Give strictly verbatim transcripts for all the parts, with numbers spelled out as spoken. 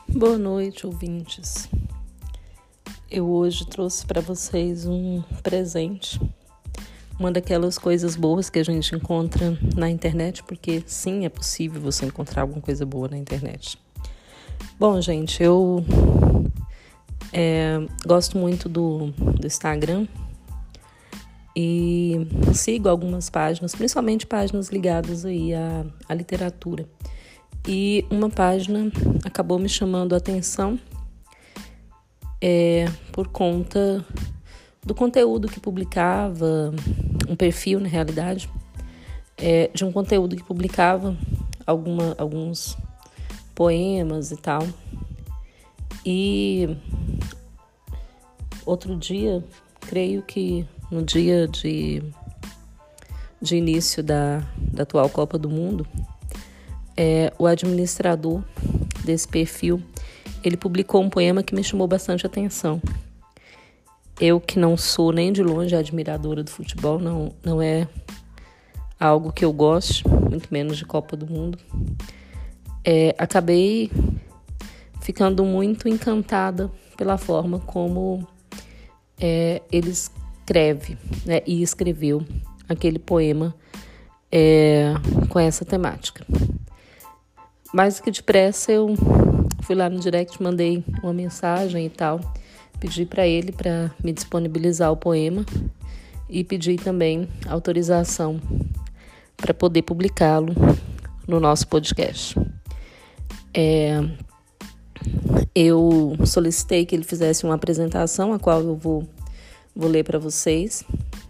Boa noite, ouvintes. Eu hoje trouxe para vocês um presente, uma daquelas coisas boas que a gente encontra na internet, porque sim, é possível você encontrar alguma coisa boa na internet. Bom, gente, eu é, gosto muito do, do Instagram e sigo algumas páginas, principalmente páginas ligadas aí à, à literatura. E uma página acabou me chamando a atenção é, por conta do conteúdo que publicava, um perfil, na realidade, é, de um conteúdo que publicava alguma, alguns poemas e tal. E outro dia, creio que no dia de, de início da, da atual Copa do Mundo, É, o administrador desse perfil, ele publicou um poema que me chamou bastante atenção. Eu, que não sou nem de longe admiradora do futebol, não, não é algo que eu goste, muito menos de Copa do Mundo, é, acabei ficando muito encantada pela forma como é, ele escreve, né, e escreveu aquele poema é, com essa temática. Mais do que depressa, eu fui lá no direct, mandei uma mensagem e tal, pedi para ele para me disponibilizar o poema e pedi também autorização para poder publicá-lo no nosso podcast. É, eu solicitei que ele fizesse uma apresentação, a qual eu vou, vou ler para vocês,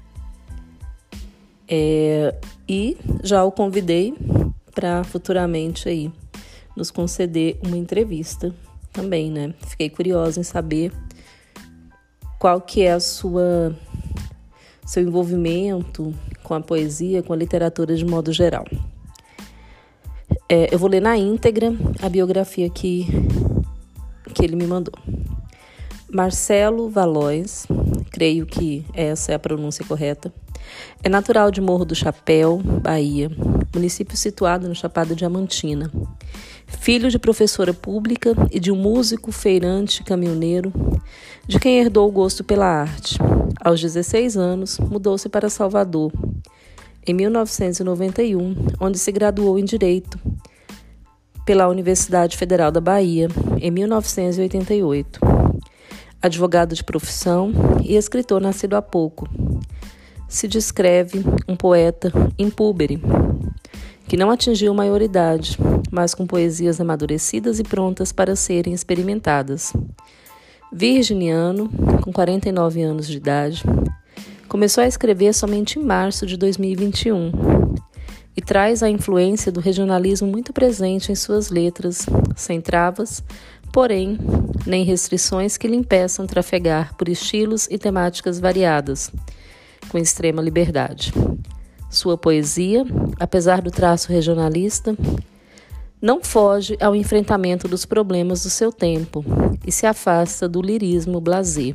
é, e já o convidei para futuramente aí nos conceder uma entrevista também, né? Fiquei curiosa em saber qual que é a sua seu envolvimento com a poesia, com a literatura de modo geral. É, eu vou ler na íntegra a biografia que, que ele me mandou. Marcelo Valois, creio que essa é a pronúncia correta, é natural de Morro do Chapéu, Bahia, município situado no Chapada Diamantina. Filho de professora pública e de um músico, feirante, caminhoneiro, de quem herdou o gosto pela arte. Aos dezesseis anos, mudou-se para Salvador, em mil novecentos e noventa e um, onde se graduou em Direito pela Universidade Federal da Bahia, em mil novecentos e oitenta e oito. Advogado de profissão e escritor nascido há pouco. Se descreve um poeta impúbere, que não atingiu maioridade, mas com poesias amadurecidas e prontas para serem experimentadas. Virginiano, com quarenta e nove anos de idade, começou a escrever somente em março de dois mil e vinte e um e traz a influência do regionalismo muito presente em suas letras, sem travas, porém, nem restrições que lhe impeçam trafegar por estilos e temáticas variadas, com extrema liberdade. Sua poesia, apesar do traço regionalista, não foge ao enfrentamento dos problemas do seu tempo e se afasta do lirismo blasé.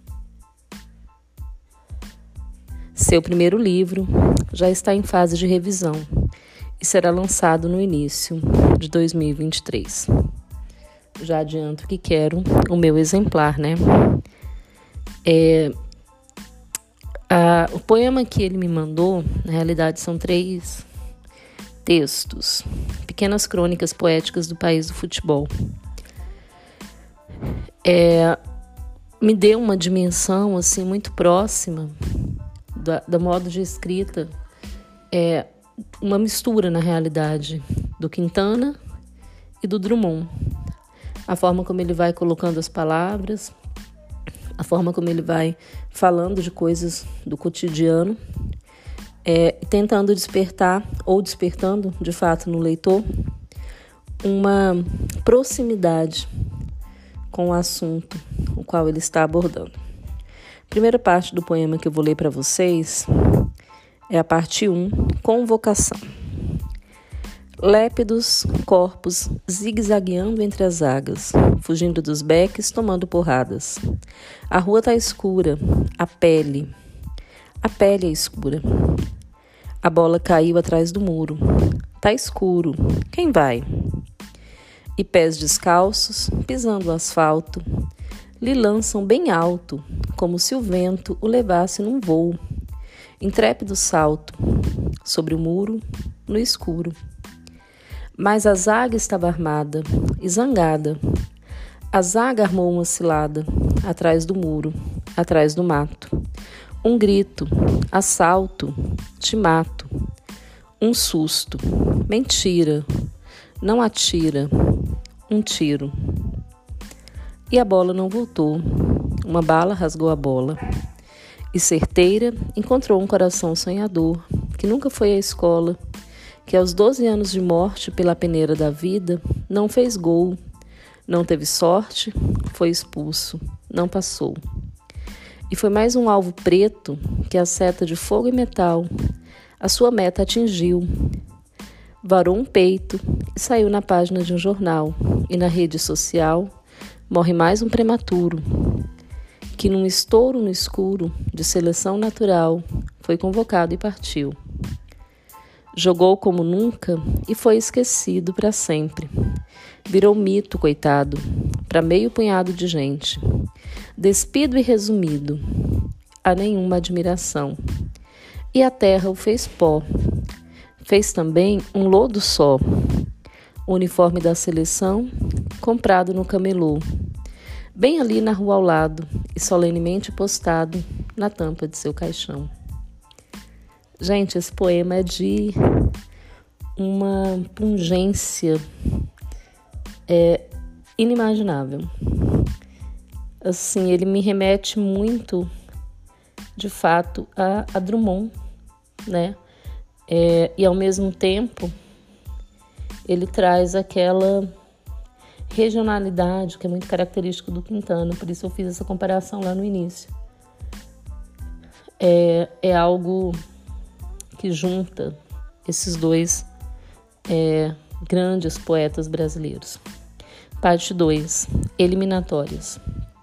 Seu primeiro livro já está em fase de revisão e será lançado no início de dois mil e vinte e três. Já adianto que quero o meu exemplar, né? É... Ah, o poema que ele me mandou, na realidade, são três textos, pequenas crônicas poéticas do país do futebol. É, me deu uma dimensão assim muito próxima do, do modo de escrita, é uma mistura, na realidade, do Quintana e do Drummond. A forma como ele vai colocando as palavras, a forma como ele vai falando de coisas do cotidiano, é, tentando despertar, ou despertando, de fato, no leitor, uma proximidade com o assunto o qual ele está abordando. A primeira parte do poema que eu vou ler para vocês é a parte um, Convocação. Lépidos corpos zigue-zagueando entre as zagas, fugindo dos beques, tomando porradas. A rua tá escura, a pele, a pele é escura. A bola caiu atrás do muro. Tá escuro, quem vai? e pés descalços, pisando o asfalto, lhe lançam bem alto, como se o vento o levasse num voo, intrépido salto, sobre o muro, no escuro. Mas a zaga estava armada e zangada. A zaga armou uma cilada, atrás do muro, atrás do mato. Um grito, assalto, te mato. Um susto, mentira, não atira, um tiro. E a bola não voltou. Uma bala rasgou a bola. E certeira encontrou um coração sonhador, que nunca foi à escola, que aos doze anos de morte pela peneira da vida, não fez gol, não teve sorte, foi expulso, não passou. E foi mais um alvo preto que a seta de fogo e metal, a sua meta atingiu. Varou um peito e saiu na página de um jornal, e na rede social morre mais um prematuro, que num estouro no escuro de seleção natural foi convocado e partiu. Jogou como nunca e foi esquecido para sempre. Virou mito, coitado, para meio punhado de gente. Despido e resumido, a nenhuma admiração. E a terra o fez pó. Fez também um lodo só. O uniforme da seleção, comprado no camelô. Bem ali na rua ao lado e solenemente postado na tampa de seu caixão. Gente, esse poema é de uma pungência é, inimaginável. Assim, ele me remete muito, de fato, a, a Drummond, né? É, e ao mesmo tempo, ele traz aquela regionalidade que é muito característico do Quintana, por isso eu fiz essa comparação lá no início. É, é algo que junta esses dois é, grandes poetas brasileiros. Parte dois. Eliminatórias.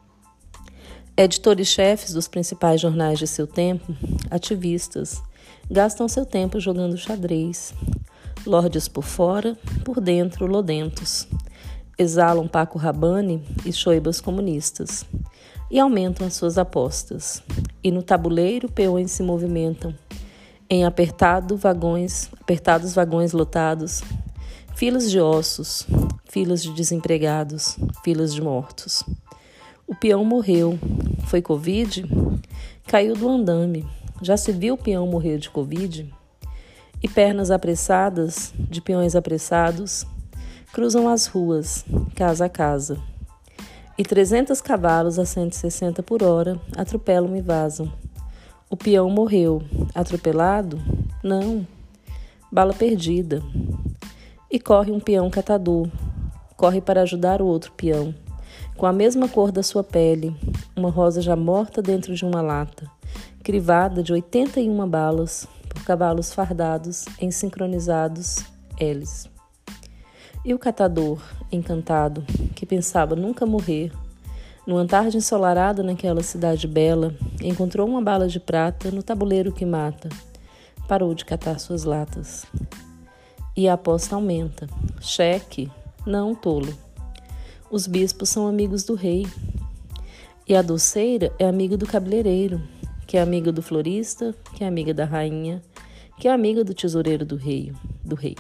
Editores-chefes dos principais jornais de seu tempo, ativistas, gastam seu tempo jogando xadrez. Lordes por fora, por dentro, lodentos. Exalam Paco Rabanne e choibas comunistas. E aumentam as suas apostas. E no tabuleiro, peões se movimentam. Em apertado vagões, apertados vagões lotados. Filas de ossos, filas de desempregados, filas de mortos. O peão morreu. Foi Covid? Caiu do andame. Já se viu o peão morrer de Covid? E pernas apressadas, de peões apressados, cruzam as ruas, casa a casa. E trezentos cavalos a cento e sessenta por hora atropelam e vazam. O peão morreu. Atropelado? Não. Bala perdida. E corre um peão catador. Corre para ajudar o outro peão. Com a mesma cor da sua pele, uma rosa já morta dentro de uma lata, crivada de oitenta e uma balas, por cavalos fardados em sincronizados L's. E o catador, encantado, que pensava nunca morrer, numa tarde ensolarada naquela cidade bela, encontrou uma bala de prata no tabuleiro que mata. Parou de catar suas latas. E a aposta aumenta. Cheque? Não, tolo. Os bispos são amigos do rei. E a doceira é amiga do cabeleireiro, que é amiga do florista, que é amiga da rainha, que é amiga do tesoureiro do rei. Do rei.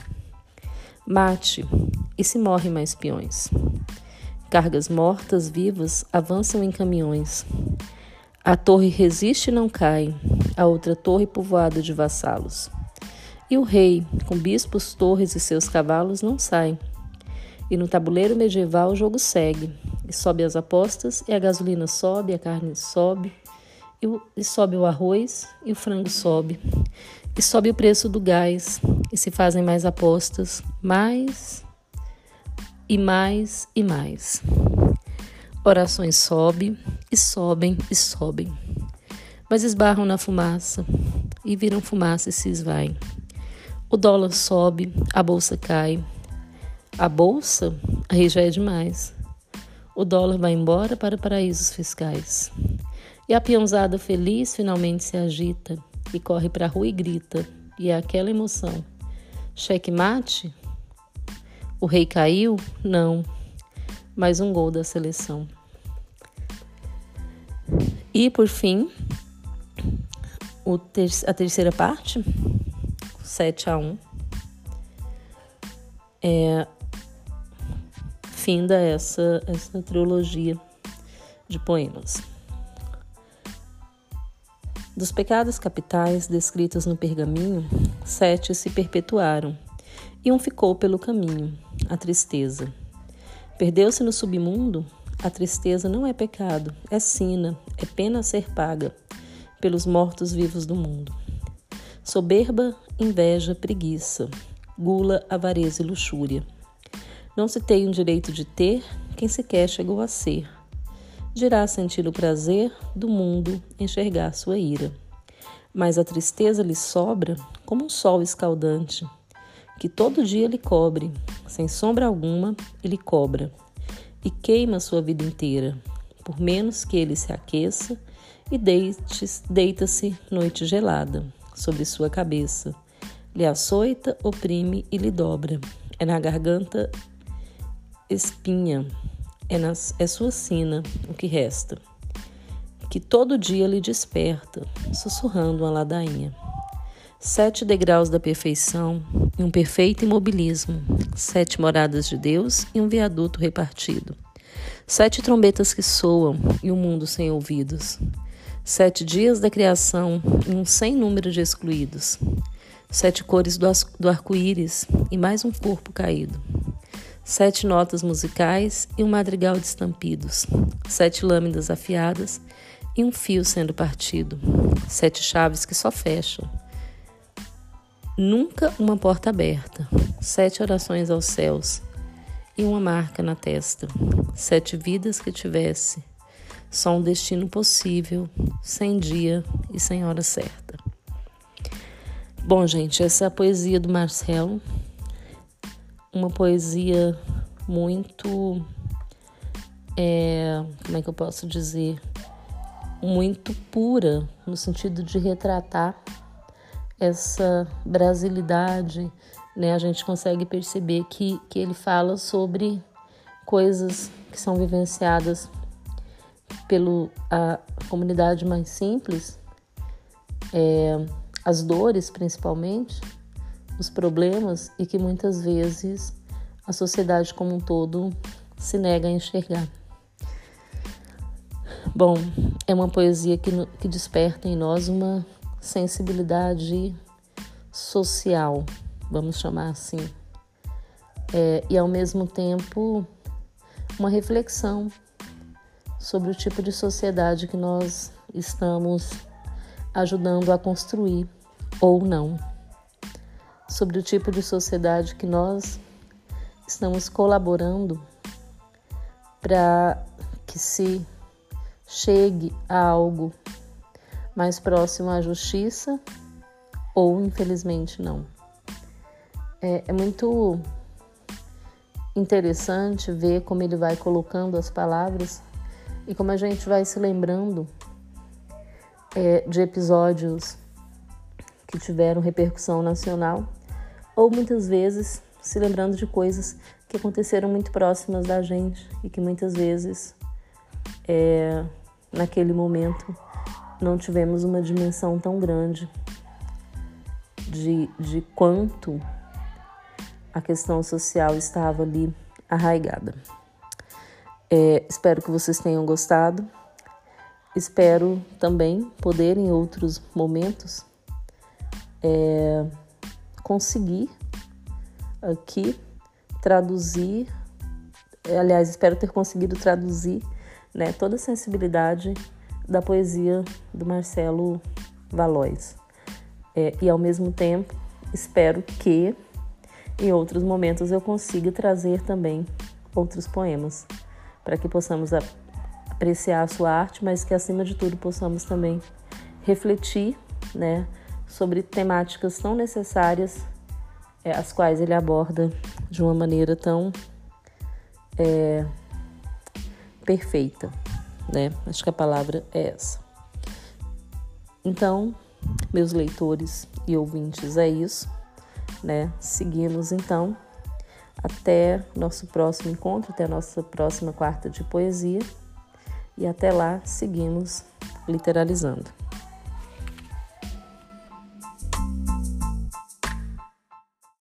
Mate, e se morrem mais peões. Cargas mortas, vivas, avançam em caminhões. A torre resiste e não cai, a outra torre povoada de vassalos. E o rei, com bispos, torres e seus cavalos, não sai. E no tabuleiro medieval o jogo segue, e sobe as apostas, e a gasolina sobe, a carne sobe, e, o, e sobe o arroz, e o frango sobe, e sobe o preço do gás, e se fazem mais apostas, mais e mais e mais. Orações sobem, e sobem, e sobem, mas esbarram na fumaça, e viram fumaça e se esvaem. O dólar sobe, a bolsa cai. A bolsa, aí já é demais. O dólar vai embora para paraísos fiscais. E a peãozada feliz finalmente se agita e corre para a rua e grita. E é aquela emoção. Cheque mate? O rei caiu? Não. Mais um gol da seleção. E, por fim, o ter- a terceira parte, sete a um, é, finda essa, essa trilogia de poemas. Dos pecados capitais descritos no pergaminho, sete se perpetuaram, e um ficou pelo caminho, a tristeza. Perdeu-se no submundo? A tristeza não é pecado, é sina, é pena a ser paga pelos mortos-vivos do mundo. Soberba, inveja, preguiça, gula, avareza e luxúria. Não se tem o direito de ter quem sequer chegou a ser. Dirá sentir o prazer do mundo, enxergar sua ira. Mas a tristeza lhe sobra como um sol escaldante, que todo dia lhe cobre, sem sombra alguma, ele cobra, e queima sua vida inteira, por menos que ele se aqueça, e deite- deita-se noite gelada sobre sua cabeça. Lhe açoita, oprime e lhe dobra. É na garganta espinha, é, nas, é sua sina o que resta, que todo dia lhe desperta, sussurrando uma ladainha. Sete degraus da perfeição e um perfeito imobilismo, sete moradas de Deus e um viaduto repartido, sete trombetas que soam e um mundo sem ouvidos, sete dias da criação e um sem número de excluídos, sete cores do, do arco-íris e mais um corpo caído, sete notas musicais e um madrigal de estampidos, sete lâminas afiadas e um fio sendo partido, sete chaves que só fecham, nunca uma porta aberta, sete orações aos céus e uma marca na testa, sete vidas que tivesse, só um destino possível, sem dia e sem hora certa. Bom, gente, essa é a poesia do Marcelo, uma poesia muito, é, como é que eu posso dizer, muito pura, no sentido de retratar essa brasilidade, né? A gente consegue perceber que, que ele fala sobre coisas que são vivenciadas pela comunidade mais simples, é, as dores principalmente, os problemas, e que muitas vezes a sociedade como um todo se nega a enxergar. Bom, é uma poesia que, que desperta em nós uma sensibilidade social, vamos chamar assim, é, e ao mesmo tempo uma reflexão sobre o tipo de sociedade que nós estamos ajudando a construir ou não, sobre o tipo de sociedade que nós estamos colaborando para que se chegue a algo mais próximo à justiça ou, infelizmente, não. É, é muito interessante ver como ele vai colocando as palavras e como a gente vai se lembrando é, de episódios que tiveram repercussão nacional, ou muitas vezes se lembrando de coisas que aconteceram muito próximas da gente e que muitas vezes, é, naquele momento, não tivemos uma dimensão tão grande de, de quanto a questão social estava ali arraigada. É, espero que vocês tenham gostado. Espero também poder, em outros momentos, é, conseguir aqui traduzir, aliás, espero ter conseguido traduzir, né, toda a sensibilidade da poesia do Marcelo Valois. É, e, ao mesmo tempo, espero que, em outros momentos, eu consiga trazer também outros poemas, para que possamos a, apreciar a sua arte, mas que, acima de tudo, possamos também refletir, né, sobre temáticas tão necessárias, é, as quais ele aborda de uma maneira tão é, perfeita. Né? Acho que a palavra é essa. Então, meus leitores e ouvintes, é isso, né? Seguimos então Até nosso próximo encontro, até a nossa próxima quarta de poesia. E até lá, seguimos literalizando.